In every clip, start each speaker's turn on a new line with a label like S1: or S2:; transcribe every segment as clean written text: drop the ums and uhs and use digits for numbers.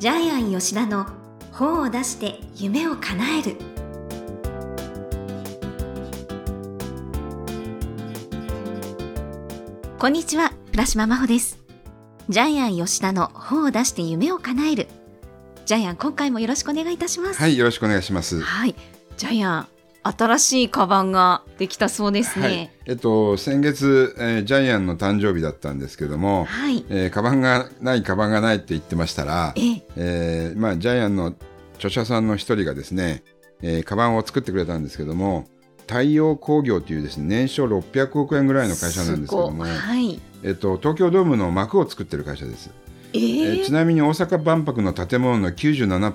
S1: ジャイアン吉田の本を出して夢を叶える。こんにちは、浦島真帆です。ジャイアン吉田の本を出して夢を叶える。ジャイアン、今回もよろしくお願いいたします。
S2: はい、よろしくお願いします。
S1: はい、ジャイアン、新しいカバンができたそうですね。
S2: はい、先月、ジャイアンの誕生日だったんですけども、
S1: はい、
S2: カバンがないって言ってましたら、ジャイアンの著者さんの一人がですね、カバンを作ってくれたんですけども、太陽工業というですね、年商600億円ぐらいの会社なんですけども、
S1: はい、
S2: 東京ドームの幕を作ってる会社です。ちなみに大阪万博の建物の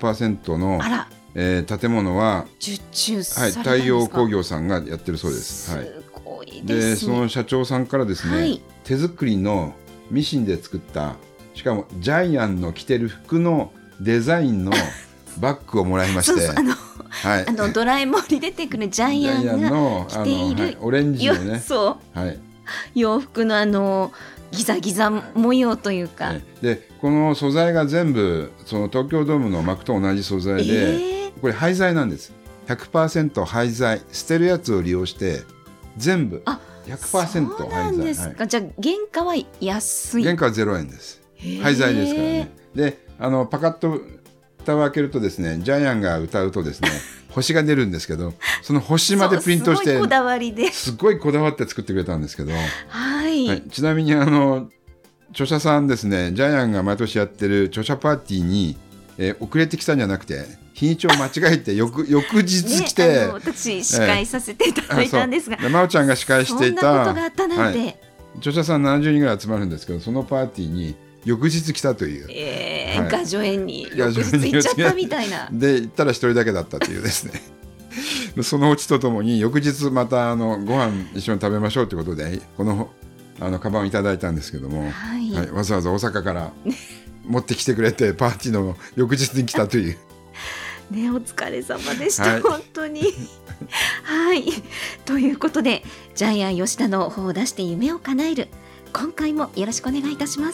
S2: 97% の建物は
S1: 受注されたんですか？
S2: 太陽工業さんがやってるそうです。
S1: すごいですね。
S2: でその社長さんからですね、はい、手作りのミシンで作った、しかもジャイアンの着てる服のデザインのバッグをもらいまして
S1: はい、ドラえもんに出てくるジャイアンが着ている
S2: オレンジのね、
S1: はい、洋服のギザギザ模様というか、
S2: でこの素材が全部その東京ドームの幕と同じ素材で、これ廃材なんです。 100% 廃材、捨てるやつを利用して全部 100%
S1: そうなんですか。じゃあ原価は安い？
S2: 原価は0円です。廃材ですからね。でパカッと蓋を開けるとですね、ジャイアンが歌うとですね星が出るんですけど、その星までプリントして、
S1: すごいこだわりです
S2: ごいこだわって作ってくれたんですけど、
S1: はいはい、
S2: ちなみに著者さんですね、ジャイアンが毎年やってる著者パーティーに、遅れてきたんじゃなくて日にちを間違えて翌日来て、
S1: 私司会させていただいたんですが、
S2: 真央ちゃんが司会していた、
S1: そんなことがあったなんて、
S2: 著者さん70人ぐらい集まるんですけど、そのパーティーに翌日来たという、
S1: 画助園に翌日行っちゃったみたいな
S2: で行ったら一人だけだったというですねそのオチとともに翌日またご飯一緒に食べましょうということで、このカバンをいただいたんですけども、わざわざ大阪から持ってきてくれてパーティーの翌日に来たという
S1: ね、お疲れ様でした、本当にはいということで、ジャイアン吉田の本を出して夢を叶える、今回もよろしくお願いいたします。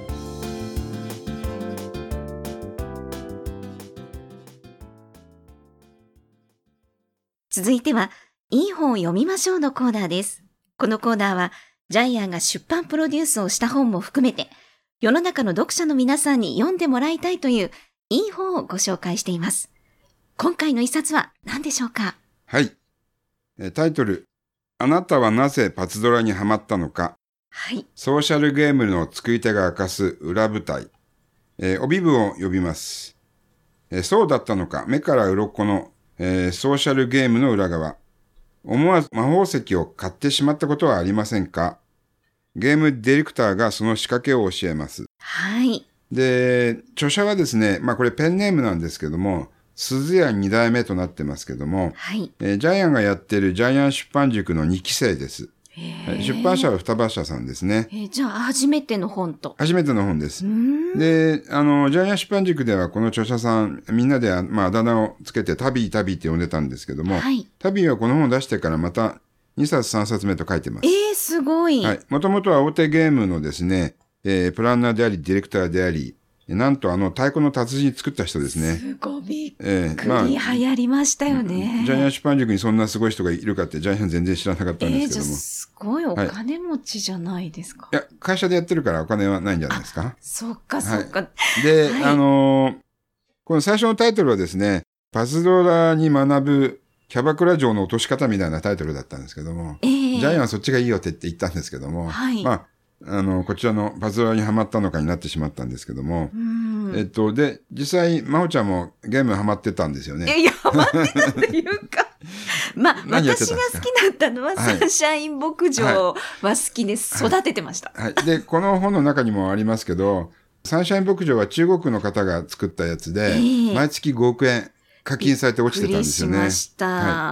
S1: 続いてはいい本を読みましょうのコーナーです。このコーナーはジャイアンが出版プロデュースをした本も含めて、世の中の読者の皆さんに読んでもらいたいといういい本をご紹介しています。今回の一冊は何でしょうか？
S2: はい、タイトル、あなたはなぜパズドラにはまったのか、ソーシャルゲームの作り手が明かす裏舞台。帯部を読みます。そうだったのか、目から鱗の、ソーシャルゲームの裏側。思わず魔法石を買ってしまったことはありませんか？ゲームディレクターがその仕掛けを教えます。で、著者はですね、これペンネームなんですけども、鈴屋2代目となってますけども、ジャイアンがやっているジャイアン出版塾の2期生です。出版社は双葉社さんですね。
S1: じゃあ初めての本と。
S2: 初めての本です。で、ジャイアン出版塾ではこの著者さん、みんなであだ名をつけてタビーって呼んでたんですけども、タビーはこの本を出してからまた2冊3冊目と書いてます。
S1: すごい。
S2: もともとは大手ゲームのですね、プランナーでありディレクターであり、なんと太鼓の達人作った人ですね。
S1: すごいびっくり、流行りましたよね。
S2: ジャイアン出版塾にそんなすごい人がいるかってジャイアン全然知らなかったんですけども。
S1: じゃあすごいお金持ちじゃないですか？
S2: いや、会社でやってるからお金はないんじゃないですか。
S1: そっかそっか。
S2: で、この最初のタイトルはですね、パズドラに学ぶキャバクラ嬢の落とし方みたいなタイトルだったんですけども、ジャイアンはそっちがいいよって言ったんですけども、こちらのパズドラにはまったのかになってしまったんですけども、で、実際、真帆ちゃんもゲームはまってたんですよね。
S1: はまってたっていうか、私が好きだったのはサンシャイン牧場は好きで育ててました。
S2: で、この本の中にもありますけど、サンシャイン牧場は中国の方が作ったやつで、毎月5億円課金されて落ちてたんですよね。
S1: びっくりしました。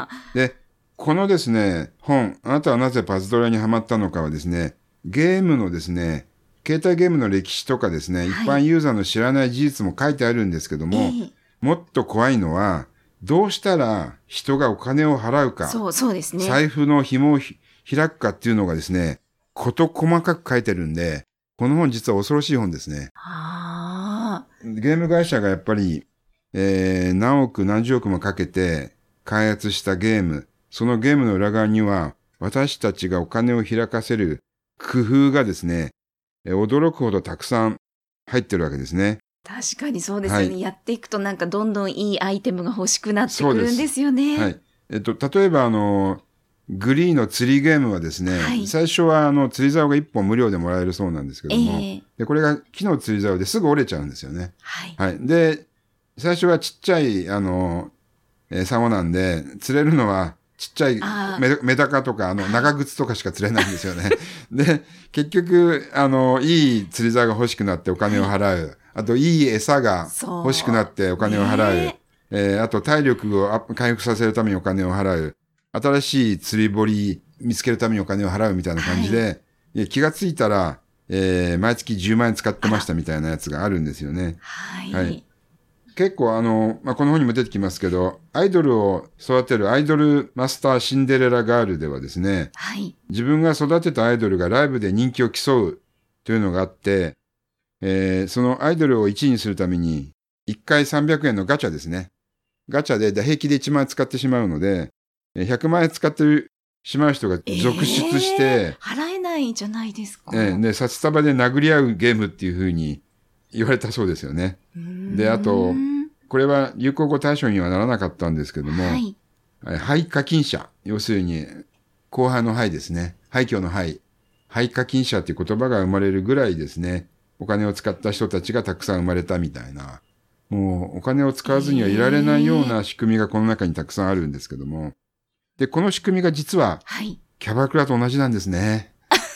S2: で、このですね、本、あなたはなぜパズドラにはまったのかはですね、ゲームのですね、携帯ゲームの歴史とかですね、一般ユーザーの知らない事実も書いてあるんですけども、もっと怖いのは、どうしたら人がお金を払うか、
S1: そうですね、
S2: 財布の紐を開くかっていうのがですね、事細かく書いてるんで、この本実は恐ろしい本ですね。 ゲーム会社がやっぱり、何億何十億もかけて開発したゲーム、そのゲームの裏側には私たちがお金を開かせる工夫がですね、驚くほどたくさん入ってるわけですね。
S1: 確かにそうですよね。はい、やっていくとなんかどんどんいいアイテムが欲しくなってくるんですよね。
S2: はい。例えばグリーの釣りゲームはですね、はい、最初は釣り竿が1本無料でもらえるそうなんですけども、でこれが木の釣り竿ですぐ折れちゃうんですよね。はい。はい。で、最初はちっちゃい竿なんで、釣れるのはちっちゃいメダカとか長靴とかしか釣れないんですよね。で、結局いい釣り竿が欲しくなってお金を払う。あといい餌が欲しくなってお金を払う。あと体力を回復させるためにお金を払う。新しい釣り堀見つけるためにお金を払うみたいな感じで、はい、気がついたら、毎月10万円使ってましたみたいなやつがあるんですよね。はい。はい、結構この本にも出てきますけど、アイドルを育てるアイドルマスターシンデレラガールではですね、はい、自分が育てたアイドルがライブで人気を競うというのがあって、そのアイドルを1位にするために、1回300円のガチャですね。ガチャで平気で1万円使ってしまうので、100万円使ってしまう人が続出して、
S1: 払えないじゃないですか。
S2: で、札束で殴り合うゲームっていう風に言われたそうですよね。で、あと、これは流行語大賞にはならなかったんですけども、はい、廃課金者、要するに、後半の廃ですね。廃墟の廃課金者っていう言葉が生まれるぐらいですね、お金を使った人たちがたくさん生まれたみたいな、もうお金を使わずにはいられないような仕組みがこの中にたくさんあるんですけども、で、この仕組みが実は、キャバクラと同じなんですね。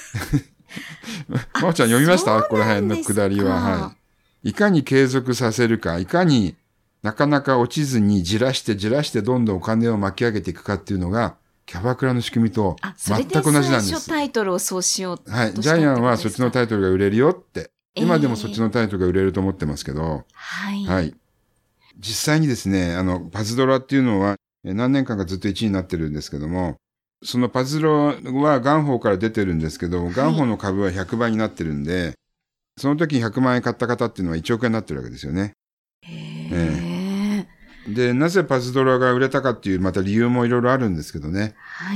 S2: まおちゃん読みました？ここら辺のくだりは。はい。いかに継続させるか、いかになかなか落ちずにじらしてどんどんお金を巻き上げていくかっていうのが、キャバクラの仕組みと全く同じなんです。
S1: 最初タイトルをそうしようとした。
S2: はい。ジャイアンはそっちのタイトルが売れるよって。今でもそっちのタイトルが売れると思ってますけど。はい。はい。実際にですね、パズドラっていうのは、何年間かずっと1位になってるんですけども、そのパズドラは元宝から出てるんですけど、元宝の株は100倍になってるんで、その時100万円買った方っていうのは1億円になってるわけですよね。で、なぜパズドラが売れたかっていうまた理由もいろいろあるんですけどね。はい、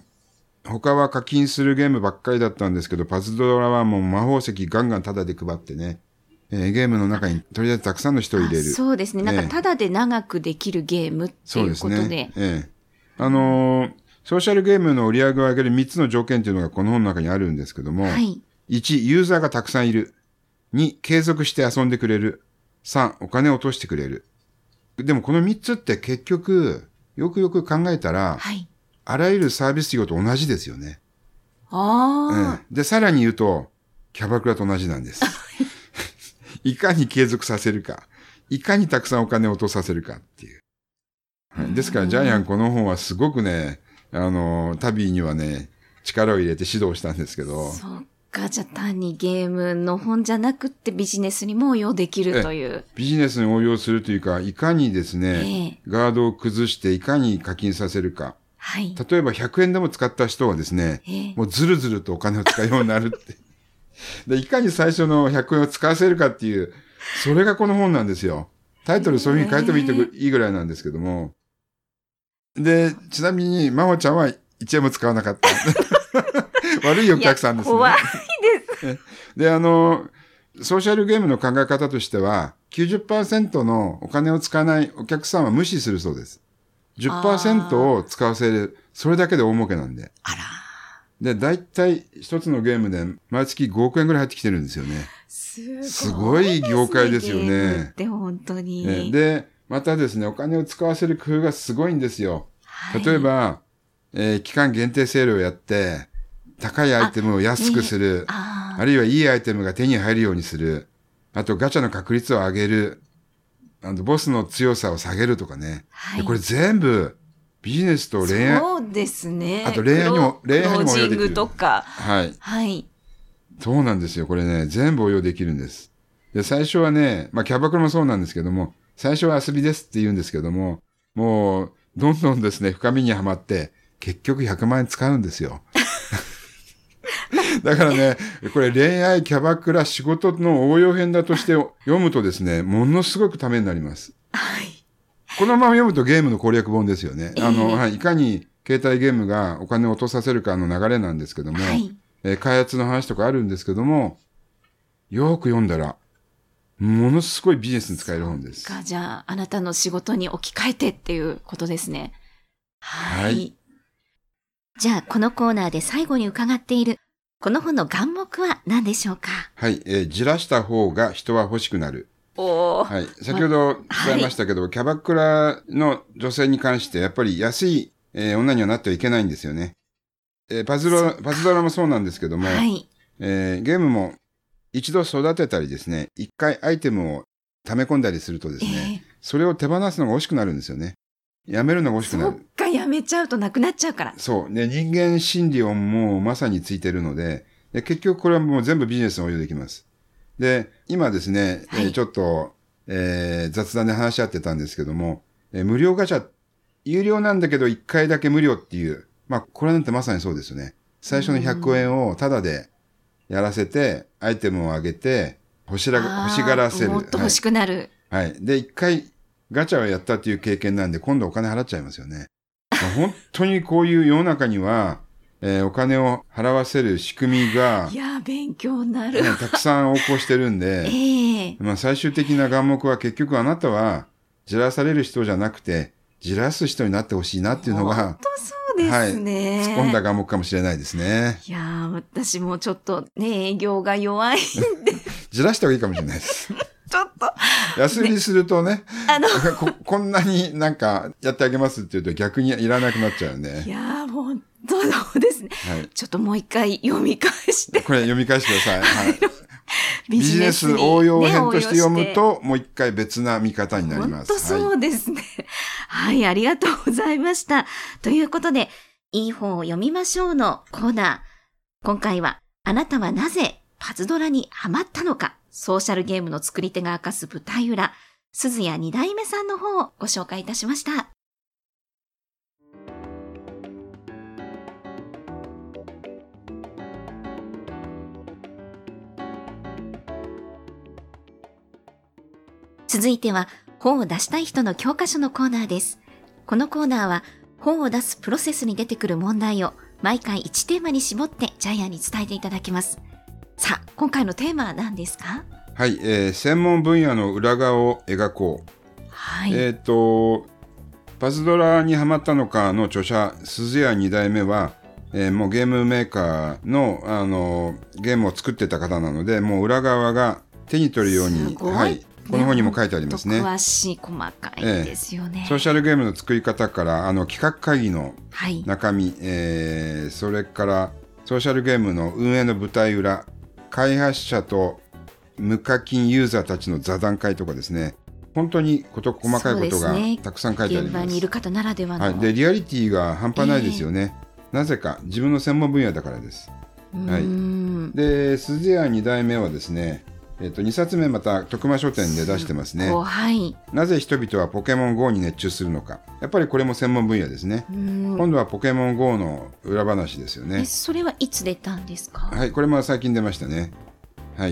S2: 他は課金するゲームばっかりだったんですけど、パズドラはもう魔法石ガンガンタダで配ってね。ゲームの中にとりあえずたくさんの人を入れる。
S1: そうですね。なんかタダで長くできるゲームっていうことで。そうですね。
S2: ソーシャルゲームの売り上げを上げる3つの条件というのがこの本の中にあるんですけども、はい、1、ユーザーがたくさんいる。2、継続して遊んでくれる。3、お金を落としてくれる。でもこの3つって結局、よくよく考えたら、はい、あらゆるサービス業と同じですよね。で、さらに言うと、キャバクラと同じなんです。いかに継続させるか、いかにたくさんお金を落とさせるかっていう。はい、ですから、ジャイアンこの本はすごくね、タビーにはね、力を入れて指導したんですけど。
S1: そうか、じゃあ単にゲームの本じゃなくってビジネスにも応用できるという。
S2: ビジネスに応用するというか、いかにですね、ガードを崩していかに課金させるか。はい。例えば100円でも使った人はですね、もうずるずるとお金を使うようになるって。で、いかに最初の100円を使わせるかっていう、それがこの本なんですよ。タイトルそういう風に変えてもいいぐらいなんですけども。で、ちなみに、まほちゃんは1円も使わなかった。悪いお客さんですね。
S1: 怖いです。
S2: で、ソーシャルゲームの考え方としては、90% のお金を使わないお客さんは無視するそうです。10% を使わせる。それだけで大儲けなんで。あら。で、だいたい一つのゲームで毎月5億円ぐらい入ってきてるんですよね。すごい業界ですよね。ゲーム
S1: って本当に。
S2: で、またですね、お金を使わせる工夫がすごいんですよ。はい、例えば、期間限定セールをやって、高いアイテムを安くする。あるいはいいアイテムが手に入るようにする。あとガチャの確率を上げる。ボスの強さを下げるとかね。はい、でこれ全部、ビジネスと恋愛。
S1: そうですね。
S2: あと恋愛にも応用できる。クロージング
S1: とか。
S2: はい。はい。そうなんですよ。これね、全部応用できるんです。で、最初はね、まあ、キャバクラもそうなんですけども、最初は遊びですって言うんですけども、もう、どんどんですね、深みにはまって、結局100万円使うんですよ。 だからね、これ恋愛、キャバクラ、仕事の応用編だとして読むとですね、ものすごくためになります。
S1: はい。
S2: このまま読むとゲームの攻略本ですよね。はい、いかに携帯ゲームがお金を落とさせるかの流れなんですけども、はい、開発の話とかあるんですけども、よく読んだら、ものすごいビジネスに使える本です。
S1: じゃあ、あなたの仕事に置き換えてっていうことですね。はい。じゃあ、このコーナーで最後に伺っている、この本の眼目は何でしょうか？
S2: はい、じらした方が人は欲しくなる。はい。先ほど伝えましたけど、キャバクラの女性に関して、やっぱり安い、女にはなってはいけないんですよね。パズドラもそうなんですけども、はい、ゲームも一度育てたりですね、一回アイテムを溜め込んだりするとですね、それを手放すのが惜しくなるんですよね。やめるのが惜しくなる。
S1: そっか、やめちゃうとなくなっちゃうから。
S2: そう。ね、人間心理をもうまさについてるので、結局これはもう全部ビジネスに応用できます。で、今ですね、はい、ちょっと、雑談で話し合ってたんですけども、無料ガチャ、有料なんだけど1回だけ無料っていう、まあ、これなんてまさにそうですよね。最初の100円をタダでやらせて、アイテムを上げて、欲しがらせる。
S1: もっと欲しくなる。
S2: はい。で、1回ガチャをやったっていう経験なんで、今度お金払っちゃいますよね。本当にこういう世の中には、お金を払わせる仕組みが、
S1: いや、勉強になる。
S2: たくさん横行してるんで、まあ最終的な眼目は結局あなたは、じらされる人じゃなくて、じらす人になってほしいなっていうのが、
S1: 本当そうですね。
S2: はい、突っ込んだ眼目かもしれないですね。
S1: いや私もちょっとね、営業が弱いんで。
S2: じらした方がいいかもしれないです。
S1: ちょっと。
S2: 安売りするとね、こんなになんかやってあげますって言うと逆にいらなくなっちゃうね。
S1: いや本当そうですね、はい。ちょっともう一回読み返して。
S2: これ読み返してください。はい、ビジネス応用編として読むと、もう一回別な見方になります。
S1: 本当そうですね。はい、ありがとうございました。ということで、いい本を読みましょうのコーナー。今回は、あなたはなぜパズドラにハマったのか、ソーシャルゲームの作り手が明かす舞台裏、鈴谷二代目さんの方をご紹介いたしました。続いては、本を出したい人の教科書のコーナーです。このコーナーは、本を出すプロセスに出てくる問題を毎回1テーマに絞ってジャイアンに伝えていただきます。さあ、今回のテーマは何ですか？
S2: はい、専門分野の裏側を描こう。
S1: はい。
S2: パズドラにハマったのかの著者、鈴谷二代目は、もうゲームメーカーの、ゲームを作ってた方なので、もう裏側が手に取るように、はい、この本にも書いてありますね。
S1: 詳しい、細かいですよね。
S2: ソーシャルゲームの作り方から、企画会議の中身、それからソーシャルゲームの運営の舞台裏、開発者と無課金ユーザーたちの座談会とかですね、本当に細かいことがたくさん書いてあります。
S1: 現場にいる方ならではの。
S2: はい、でリアリティが半端ないですよね。なぜか自分の専門分野だからです。はい、で鈴谷二代目はですね、2冊目また徳間書店で出してますね。
S1: はい、
S2: なぜ人々はポケモン GO に熱中するのか。やっぱりこれも専門分野ですね。今度はポケモン GO の裏話ですよね。
S1: それはいつ出たんですか？
S2: はい、これも最近出ましたね。はい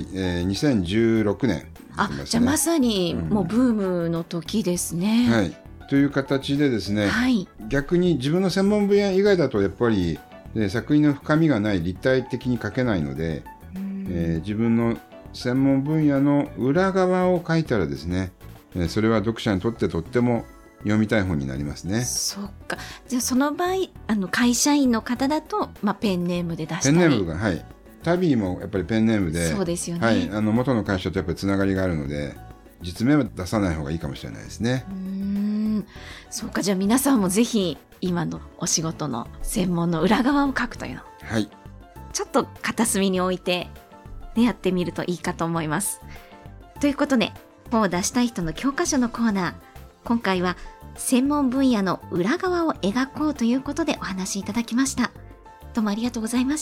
S2: 、2016年、ね。
S1: じゃあまさにもうブームの時ですね。
S2: はい、という形でですね、
S1: はい、
S2: 逆に自分の専門分野以外だとやっぱり、作品の深みがない立体的に書けないので、自分の専門分野の裏側を書いたらですね、それは読者にとってとっても読みたい本になりますね。
S1: そっか。じゃあその場合会社員の方だと、ペンネームで出したり。
S2: ペンネームが、はい、タビーもやっぱりペンネームで、
S1: そうですよね。
S2: はい、元の会社とやっぱりつながりがあるので実名は出さない方がいいかもしれないですね。
S1: そうか。じゃあ皆さんもぜひ今のお仕事の専門の裏側を書くというの、
S2: はい、
S1: ちょっと片隅に置いてやってみるといいかと思います。ということで、本を出したい人の教科書のコーナー、今回は専門分野の裏側を描こうということでお話しいただきました。どうもありがとうございました。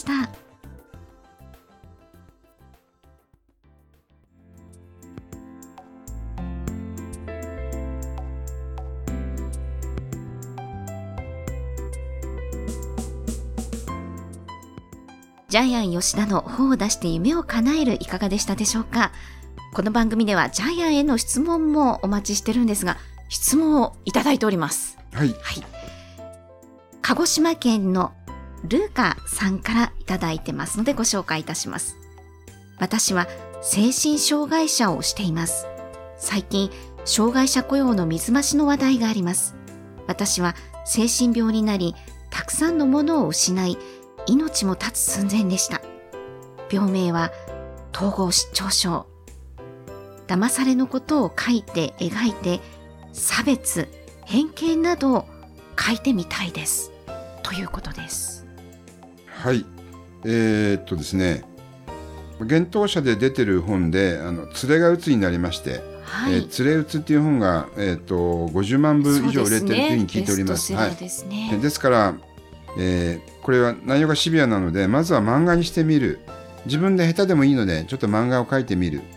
S1: ジャイアン吉田の本を出して夢を叶えるいかがでしたでしょうか。この番組ではジャイアンへの質問もお待ちしてるんですが、質問をいただいております。
S2: はい。
S1: 鹿児島県のルーカさんからいただいてますのでご紹介いたします。私は精神障害者をしています。最近、障害者雇用の水増しの話題があります。私は精神病になり、たくさんのものを失い、命も絶つ寸前でした。病名は統合失調症。騙されのことを書いて描いて、差別、偏見などを書いてみたいです。ということです。
S2: はい。ですね、幻冬舎で出てる本で、連れが鬱になりまして、はい、連れ鬱っていう本が、50万部以上売れてるというふうに聞いております。ですから、これは内容がシビアなので、まずは漫画にしてみる。自分で下手でもいいので、ちょっと漫画を描いてみる。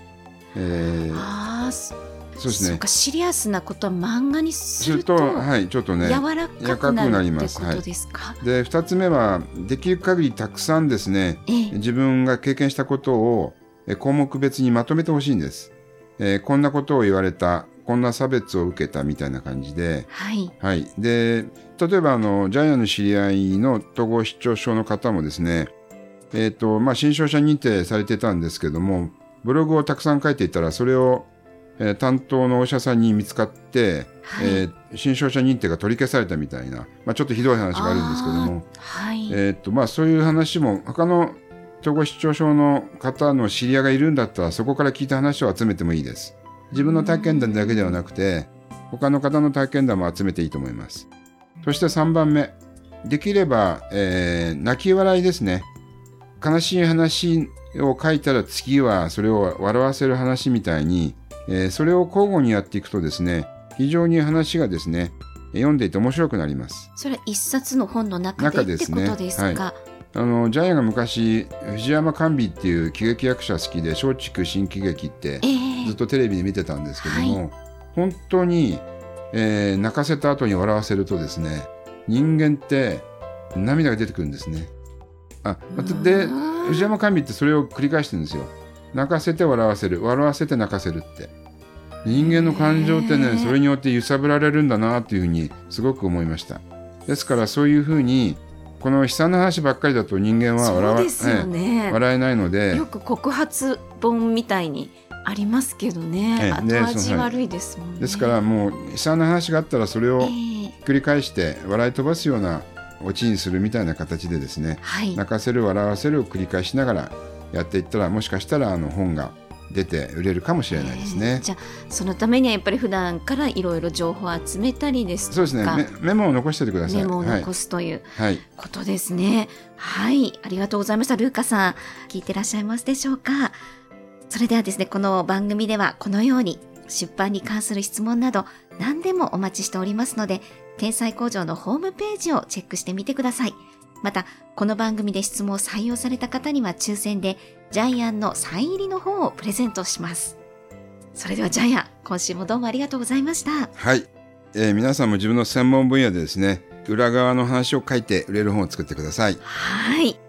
S1: そうですね。そうか、シリアスなことは漫画にすると、
S2: ちょっとね、
S1: 柔らかくなるってことですか。
S2: で、2つ目は、できる限りたくさんですね、自分が経験したことを項目別にまとめてほしいんです。こんなことを言われた、こんな差別を受けたみたいな感じで、で、例えばジャイアンの知り合いの統合失調症の方もですね、新症者認定されてたんですけども、ブログをたくさん書いていたら、それを担当のお医者さんに見つかって、新症者認定が取り消されたみたいな、ちょっとひどい話があるんですけども、そういう話も他の統合失調症の方の知り合いがいるんだったら、そこから聞いた話を集めてもいいです。自分の体験談だけではなくて、他の方の体験談も集めていいと思います。そして3番目、できれば、泣き笑いですね。悲しい話を書いたら次はそれを笑わせる話みたいに、それを交互にやっていくとですね、非常に話がですね、読んでいて面白くなります。
S1: それは一冊の本の中でってことですか。
S2: ジャイアンが昔、藤山寛美っていう喜劇役者好きで、松竹新喜劇ってずっとテレビで見てたんですけども、本当に、泣かせた後に笑わせるとですね、人間って涙が出てくるんですね。で、藤山寛美ってそれを繰り返してるんですよ。泣かせて笑わせる、笑わせて泣かせるって。人間の感情ってね、それによって揺さぶられるんだなっていうふうにすごく思いました。ですからそういうふうに、この悲惨な話ばっかりだと人間は笑えないので、
S1: よく告発本みたいにありますけどね、後味悪いですもんね。
S2: ですからもう悲惨な話があったらそれを繰り返して笑い飛ばすようなオチにするみたいな形でですね、泣かせる笑わせるを繰り返しながらやっていったら、もしかしたら本が出て売れるかもしれないですね。
S1: じゃあそのためにはやっぱり普段からいろいろ情報を集めたりですとか、
S2: そうですね、メモを残しておいてください。
S1: メモを残すということですね。ありがとうございました。ルーカさん、聞いてらっしゃいますでしょうか。それではですね、この番組ではこのように出版に関する質問など何でもお待ちしておりますので、天才工場のホームページをチェックしてみてください。また、この番組で質問を採用された方には抽選でジャイアンのサイン入りの本をプレゼントします。それではジャイアン、今週もどうもありがとうございました。
S2: はい、皆さんも自分の専門分野でですね、裏側の話を書いて売れる本を作ってください。
S1: はい。